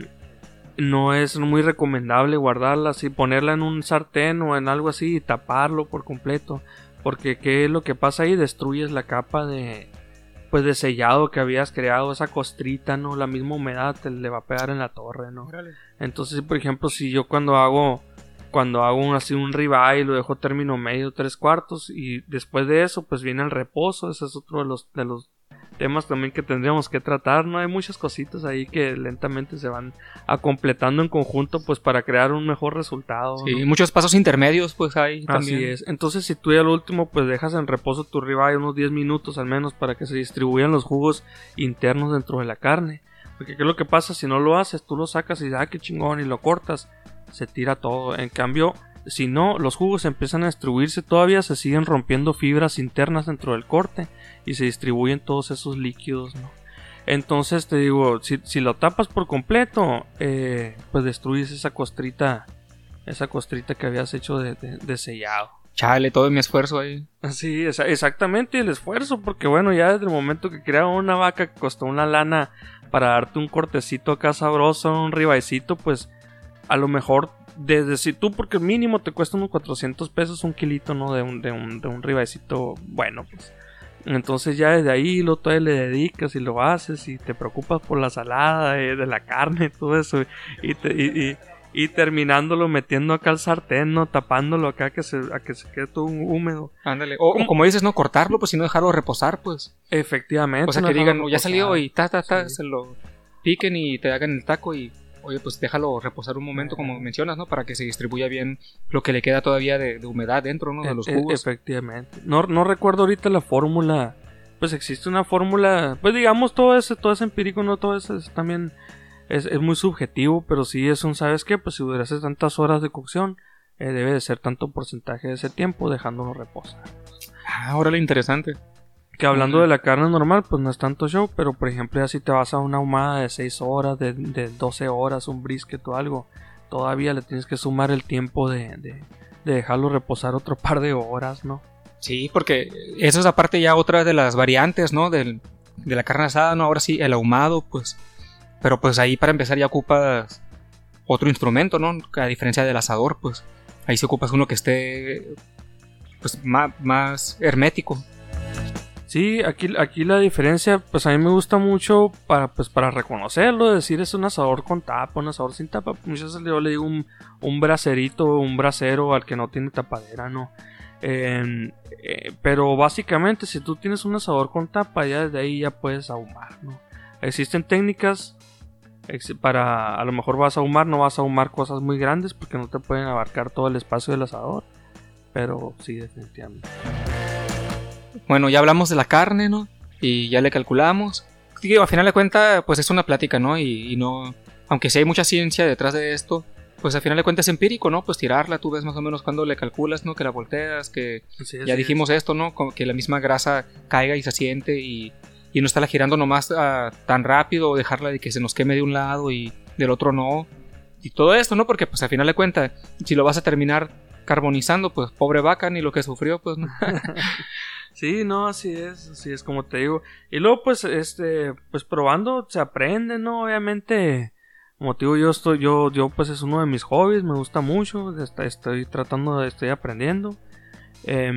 no es muy recomendable guardarla así, ponerla en un sartén o en algo así y taparlo por completo, porque ¿qué es lo que pasa ahí? Destruyes la capa de pues de sellado que habías creado, esa costrita, ¿no? La misma humedad te le va a pegar en la torre, ¿no? Vale. Entonces, por ejemplo, si yo cuando hago cuando hago un, así un ribeye lo dejo término medio, tres cuartos, y después de eso pues viene el reposo. Ese es otro de los, de los temas también que tendríamos que tratar, ¿no? Hay muchas cositas ahí que lentamente se van a completando en conjunto pues para crear un mejor resultado, Sí, ¿no? muchos pasos intermedios pues hay también. Así es. Entonces si tú ya al último pues dejas en reposo tu ribeye unos diez minutos al menos para que se distribuyan los jugos internos dentro de la carne. Porque ¿qué es lo que pasa? Si no lo haces, tú lo sacas y ah, qué chingón, y lo cortas, se tira todo. En cambio, si no, los jugos empiezan a distribuirse, todavía se siguen rompiendo fibras internas dentro del corte y se distribuyen todos esos líquidos, ¿no? Entonces te digo, si, si lo tapas por completo, eh, pues destruyes esa costrita, esa costrita que habías hecho de, de, de sellado. Chale, todo mi esfuerzo ahí. Sí, esa, exactamente, el esfuerzo, porque bueno, ya desde el momento que crearon una vaca que costó una lana para darte un cortecito acá sabroso, un ribeyecito, pues a lo mejor desde si tú, porque mínimo te cuesta unos cuatrocientos pesos un kilito, ¿no? De un, de un, de un ribeyecito bueno, pues. Entonces ya desde ahí lo todavía le dedicas y lo haces y te preocupas por la salada eh, de la carne y todo eso, y, te, y, y, y terminándolo metiendo acá al sartén, ¿no? Tapándolo acá que se, a que se quede todo húmedo. Ándale. O como, como dices, no cortarlo, pues, sino dejarlo reposar, pues. Efectivamente. O sea, no que digan, dejarlo ya salió y ta, ta, ta, Sí. se lo piquen y te hagan el taco y, oye, pues déjalo reposar un momento, como mencionas, ¿no? Para que se distribuya bien lo que le queda todavía de, de humedad dentro, ¿no? De los E- jugos. Efectivamente. No, no recuerdo ahorita la fórmula. Pues existe una fórmula. Pues digamos, todo ese, todo ese empírico, no todo eso es también. Es, es muy subjetivo, pero sí es un, ¿sabes qué? Pues si durases tantas horas de cocción, eh, debe de ser tanto porcentaje de ese tiempo dejándolo reposar. Ah, órale, interesante. Que hablando Ujú. de la carne normal, pues no es tanto show, pero por ejemplo ya si te vas a una ahumada de seis horas, de, de doce horas, un brisket o algo, todavía le tienes que sumar el tiempo de, de, de dejarlo reposar otro par de horas, ¿no? Sí, porque eso es aparte ya otra de las variantes, ¿no? Del, de la carne asada, ¿no? Ahora sí, el ahumado, pues. Pero pues ahí para empezar ya ocupas otro instrumento, ¿no? A diferencia del asador, pues. Ahí sí ocupas uno que esté, pues, más, más hermético. Sí, aquí, aquí la diferencia, pues a mí me gusta mucho para, pues, para reconocerlo, decir es un asador con tapa, un asador sin tapa. Muchas veces yo le digo un, un bracerito, un brasero al que no tiene tapadera, ¿no? Eh, eh, pero básicamente si tú tienes un asador con tapa, ya desde ahí ya puedes ahumar, ¿no? Existen técnicas ex- para, a lo mejor vas a ahumar, no vas a ahumar cosas muy grandes porque no te pueden abarcar todo el espacio del asador, pero sí, definitivamente. Bueno, ya hablamos de la carne, ¿no? Y ya le calculamos. Digo, a final de cuentas, pues es una plática, ¿no? Y, y no... Aunque sí hay mucha ciencia detrás de esto, pues al final de cuentas es empírico, ¿no? Pues tirarla, tú ves más o menos cuando le calculas, ¿no? Que la volteas, que Sí, ya así dijimos es. esto, ¿no? Como que la misma grasa caiga y se asiente y, y no estarla girando nomás uh, tan rápido o dejarla de que se nos queme de un lado y del otro no. Y todo esto, ¿no? Porque pues al final de cuentas, si lo vas a terminar carbonizando, pues pobre vaca, ni lo que sufrió, pues no. Sí, no, así es, así es como te digo. Y luego pues este, pues probando se aprende, ¿no? Obviamente, como te digo, yo estoy, yo, yo pues es uno de mis hobbies, me gusta mucho, estoy, estoy tratando, de, estoy aprendiendo. Eh,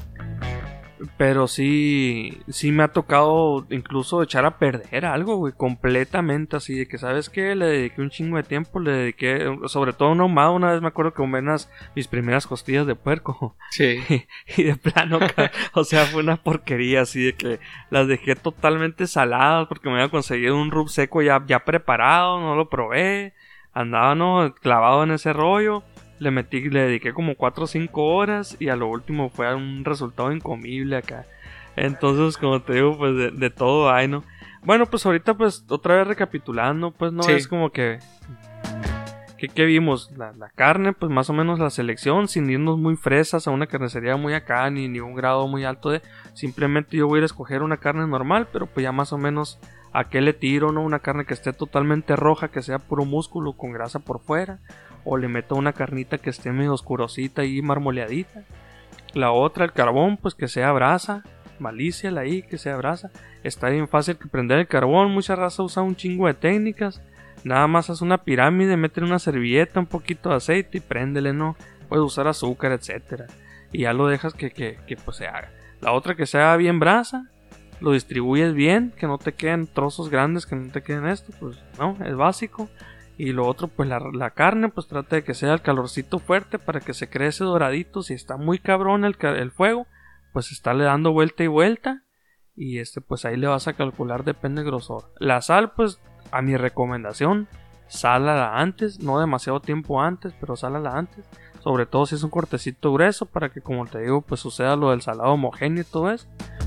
pero sí, sí me ha tocado incluso echar a perder algo, güey, completamente así, de que, ¿sabes qué? Le dediqué un chingo de tiempo, le dediqué, sobre todo a un ahumado, una vez me acuerdo que ahumé unas, mis primeras costillas de puerco. Sí. Y de plano, o sea, fue una porquería así de que las dejé totalmente saladas porque me había conseguido un rub seco ya, ya preparado, no lo probé, andaba no clavado en ese rollo, le metí, le dediqué como cuatro o cinco horas y a lo último fue un resultado incomible acá. Entonces, como te digo, pues de, de todo hay, ¿no? Bueno, pues ahorita pues otra vez recapitulando, pues no Sí. es como que... ¿Qué, qué vimos? La, la carne, pues más o menos la selección, sin irnos muy fresas a una carnicería muy acá, ni, ni un grado muy alto de... Simplemente yo voy a ir a escoger una carne normal, pero pues ya más o menos a qué le tiro, ¿no? Una carne que esté totalmente roja, que sea puro músculo con grasa por fuera. O le meto una carnita que esté medio oscurosita y marmoleadita. La otra, el carbón, pues que sea brasa. Malicia, la I, que sea brasa. Está bien fácil que prender el carbón. Mucha raza usa un chingo de técnicas. Nada más haz una pirámide, mete una servilleta, un poquito de aceite y préndele, ¿no? Puedes usar azúcar, etcétera. Y ya lo dejas que, que, que pues se haga. La otra que sea bien brasa. Lo distribuyes bien, que no te queden trozos grandes, que no te queden esto, pues no, es básico. Y lo otro, pues la, la carne, pues trata de que sea el calorcito fuerte para que se crece doradito. Si está muy cabrón el, el fuego, pues estarle dando vuelta y vuelta. Y este, pues ahí le vas a calcular, depende del grosor. La sal, pues a mi recomendación, sálala antes, no demasiado tiempo antes, pero sálala antes. Sobre todo si es un cortecito grueso, para que, como te digo, pues suceda lo del salado homogéneo y todo eso.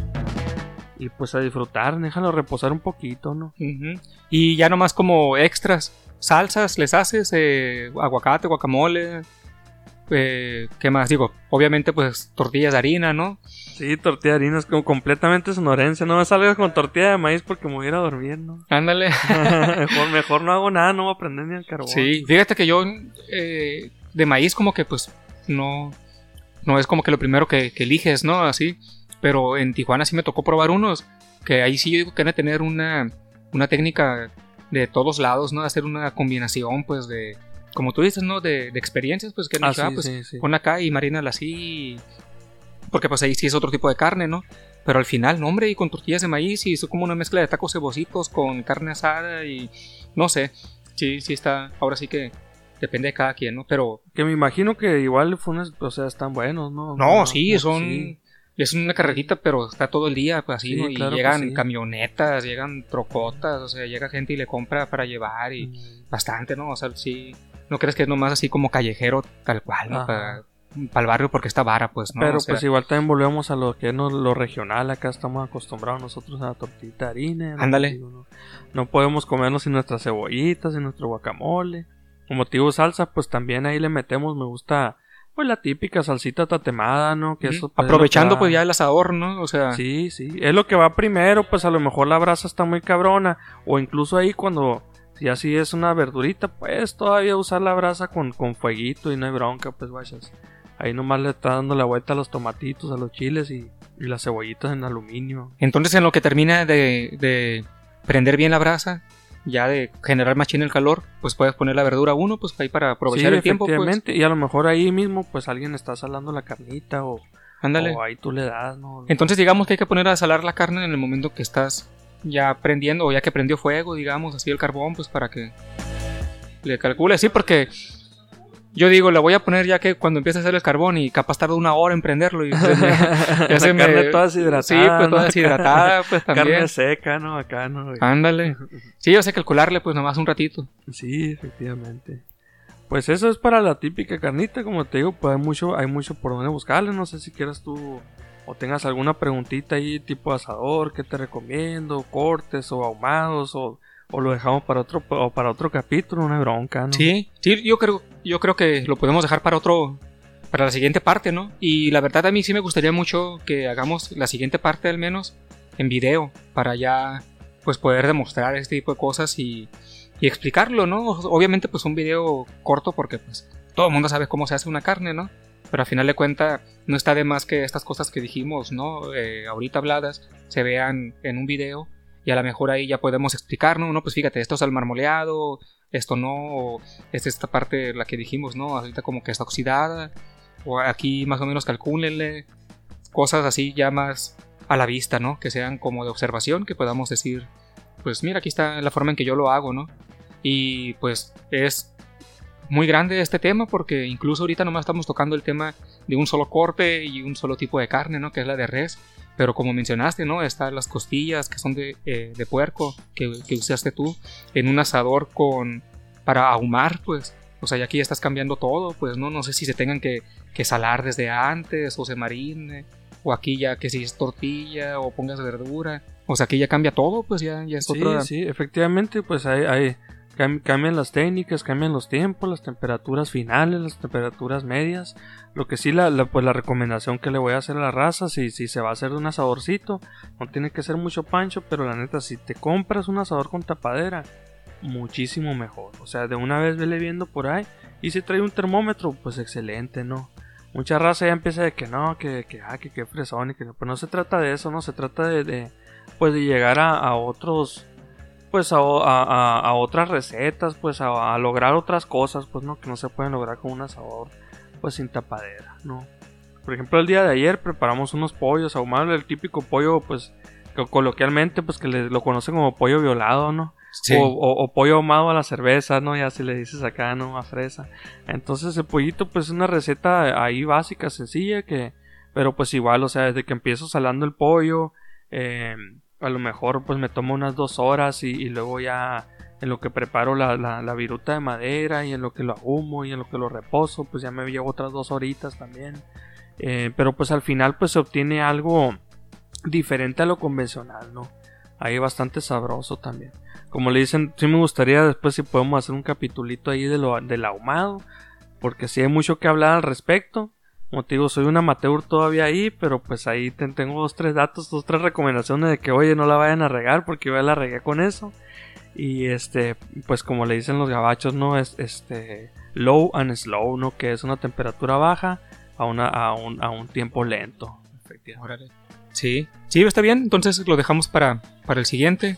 Y pues a disfrutar, déjalo reposar un poquito, ¿no? Uh-huh. Y ya nomás como extras, salsas les haces, eh, aguacate, guacamole, eh, ¿qué más? Digo, obviamente pues tortillas de harina, ¿no? Sí, tortilla de harina es como completamente sonorense. No me salgas con tortilla de maíz porque me voy a ir a dormir, ¿no? Ándale. mejor, mejor no hago nada, no voy a prender ni el carbón. Sí, fíjate que yo eh, de maíz como que pues no, no es como que lo primero que, que eliges, ¿no? Así. Pero en Tijuana sí me tocó probar unos que ahí sí yo digo que van a tener una, una técnica de todos lados, ¿no? Hacer una combinación, pues, de, como tú dices, ¿no? De, de experiencias, pues, que han ah, dicho, sí, ah, pues, sí, sí. pon acá y marínala así. Porque, pues, ahí sí es otro tipo de carne, ¿no? Pero al final, no, hombre, y con tortillas de maíz y es como una mezcla de tacos cebositos con carne asada y no sé. Sí, sí está, ahora sí que depende de cada quien, ¿no? Pero... Que me imagino que igual fue una, o sea, están buenos, ¿no? No, no sí, no, son... Sí. Es una carrerita, pero está todo el día, pues así, Sí, ¿no? Y claro llegan que sí. camionetas, llegan trocotas, o sea, llega gente y le compra para llevar y Mm. bastante, ¿no? O sea, sí, no crees que es nomás así como callejero tal cual, ¿no? Ajá. Para, para el barrio porque está vara, pues, ¿no? Pero O sea, pues igual también volvemos a lo que es no- lo regional. Acá estamos acostumbrados nosotros a la tortita de harina, ¿no? Ándale. Digo, no, no podemos comernos sin nuestras cebollitas, sin nuestro guacamole. Como te digo, salsa, pues también ahí le metemos, me gusta, pues la típica salsita tatemada, ¿no? Que ujú. eso, pues, es lo aprovechando que va- pues ya el asador, ¿no? O sea, Sí, sí, es lo que va primero, pues a lo mejor la brasa está muy cabrona, o incluso ahí cuando, si así es una verdurita, pues todavía usar la brasa con, con fueguito y no hay bronca, pues vayas. Ahí nomás le está dando la vuelta a los tomatitos, a los chiles y, y las cebollitas en aluminio. entonces en lo que termina de, de prender bien la brasa, ya de generar machín el calor, pues puedes poner la verdura uno, pues ahí para aprovechar Sí, el tiempo, pues. efectivamente, y a lo mejor ahí mismo, pues alguien está salando la carnita o, Ándale. o ahí tú le das, ¿no? Entonces digamos que hay que poner a salar la carne en el momento que estás ya prendiendo o ya que prendió fuego, digamos, así el carbón, pues para que le calcule, sí, porque yo digo, la voy a poner ya que cuando empiece a hacer el carbón y capaz tarda una hora en prenderlo y se me, ya La se me- carne toda deshidratada, Sí, pues toda ¿no? deshidratada, pues también. Carne seca, ¿no? Acá, ¿no? Ándale. Sí, yo sé calcularle pues nomás un ratito. Sí, efectivamente. Pues eso es para la típica carnita, como te digo, pues hay mucho, hay mucho por donde buscarle. No sé si quieras tú o tengas alguna preguntita ahí tipo asador, qué te recomiendo, cortes o ahumados o, o lo dejamos para otro o para otro capítulo, una bronca, ¿no? Sí, sí, yo creo, yo creo que lo podemos dejar para otro, para la siguiente parte, ¿no? Y la verdad a mí sí me gustaría mucho que hagamos la siguiente parte al menos en video, para ya pues poder demostrar este tipo de cosas y, y explicarlo, ¿no? Obviamente pues un video corto porque pues todo el mundo sabe cómo se hace una carne, ¿no? Pero al final de cuentas no está de más que estas cosas que dijimos, ¿no? Eh, ahorita habladas se vean en un video y a lo mejor ahí ya podemos explicar, ¿no? No, pues fíjate, esto es el marmoleado, esto no, o es esta parte la que dijimos, ¿no? Ahorita como que está oxidada, o aquí más o menos calcúlenle, cosas así ya más a la vista, ¿no? Que sean como de observación, que podamos decir, pues mira, aquí está la forma en que yo lo hago, ¿no? Y pues es muy grande este tema porque incluso ahorita nomás estamos tocando el tema de un solo corte y un solo tipo de carne, ¿no? Que es la de res. Pero como mencionaste, ¿no? Están las costillas que son de, eh, de puerco que, que usaste tú en un asador con para ahumar, pues. O sea, ya aquí ya estás cambiando todo, pues, ¿no? No sé si se tengan que, que salar desde antes o se marine. O aquí ya que si es tortilla o pongas verdura. O sea, aquí ya cambia todo, pues ya, ya es Sí, otra... sí, efectivamente, pues hay, hay cam- cambian las técnicas, cambian los tiempos, las temperaturas finales, las temperaturas medias. Lo que sí, la, la, pues la recomendación que le voy a hacer a la raza, si, si se va a hacer de un asadorcito, no tiene que ser mucho pancho, pero la neta, si te compras un asador con tapadera, muchísimo mejor. O sea, de una vez vele viendo por ahí, y si trae un termómetro, pues excelente, ¿no? Mucha raza ya empieza de que no, que, que, ah, que, que fresón, y que no, pero no se trata de eso, no, se trata de, de pues de llegar a, a otros, pues a, a, a otras recetas, pues a, a lograr otras cosas, pues no, que no se pueden lograr con un asador, pues sin tapadera, ¿no? Por ejemplo, el día de ayer preparamos unos pollos ahumados, el típico pollo, pues, que coloquialmente, pues que le, lo conocen como pollo violado, ¿no? Sí. O, o, o pollo ahumado a la cerveza, ¿no? Ya si le dices acá, ¿no? A fresa. Entonces el pollito pues es una receta ahí básica, sencilla, que... Pero pues igual, o sea, desde que empiezo salando el pollo, eh, a lo mejor pues me tomo unas dos horas y, y luego ya en lo que preparo la, la, la viruta de madera y en lo que lo ahumo y en lo que lo reposo, pues ya me llevo otras dos horitas también. Eh, pero pues al final pues se obtiene algo diferente a lo convencional, ¿no? Ahí bastante sabroso también. Como le dicen, sí me gustaría después si podemos hacer un capitulito ahí de lo, del ahumado, porque sí hay mucho que hablar al respecto. Como te digo, soy un amateur todavía ahí, pero pues ahí te, tengo dos, tres datos, dos, tres recomendaciones de que, oye, no la vayan a regar, porque yo ya la regué con eso. Y este, pues como le dicen los gabachos, ¿no? Es este, low and slow, ¿no? Que es una temperatura baja a, una, a, un, a un tiempo lento. Órale. Sí, sí, está bien, entonces lo dejamos para, para el siguiente.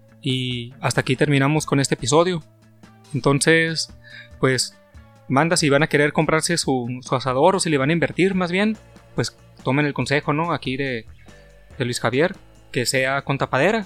Y hasta aquí terminamos con este episodio. Entonces, pues, manda si van a querer comprarse su, su asador o si le van a invertir más bien, pues tomen el consejo, ¿no? Aquí de, de Luis Javier, que sea con tapadera.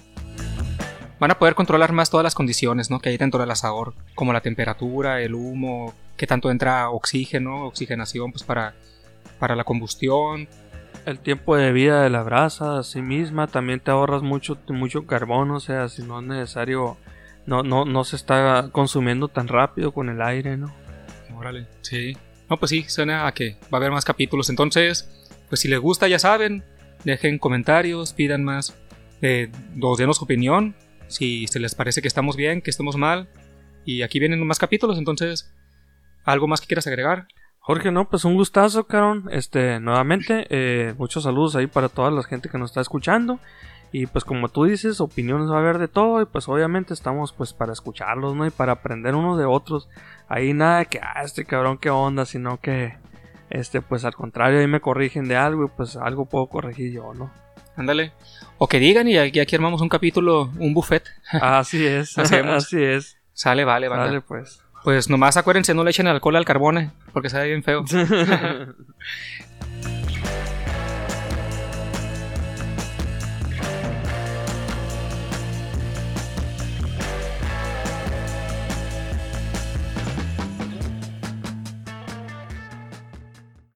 Van a poder controlar más todas las condiciones, ¿no? Que hay dentro del asador, como la temperatura, el humo, que tanto entra oxígeno, oxigenación, pues para, para la combustión. El tiempo de vida de la brasa, así misma, también te ahorras mucho, mucho carbón, o sea, si no es necesario, no, no, no se está consumiendo tan rápido con el aire, ¿no? Órale, sí. No, pues sí, suena a que va a haber más capítulos. Entonces, pues si les gusta, ya saben, dejen comentarios, pidan más, eh, o denos opinión, si se les parece que estamos bien, que estamos mal. Y aquí vienen más capítulos, entonces, ¿algo más que quieras agregar? Jorge, no, pues un gustazo, carón. Este, nuevamente, eh, muchos saludos ahí para toda la gente que nos está escuchando. Y pues como tú dices, opiniones va a haber de todo. Y pues obviamente estamos pues para escucharlos, ¿no? Y para aprender unos de otros. Ahí nada de que, ah, este cabrón, qué onda, sino que, este, pues al contrario, ahí me corrigen de algo y pues algo puedo corregir yo, ¿no? Ándale. O que digan y aquí, aquí armamos un capítulo, un buffet. Así es, así es. Sale, vale, vale. Vale, pues. Pues nomás acuérdense, no le echen alcohol al carbone, porque sabe bien feo.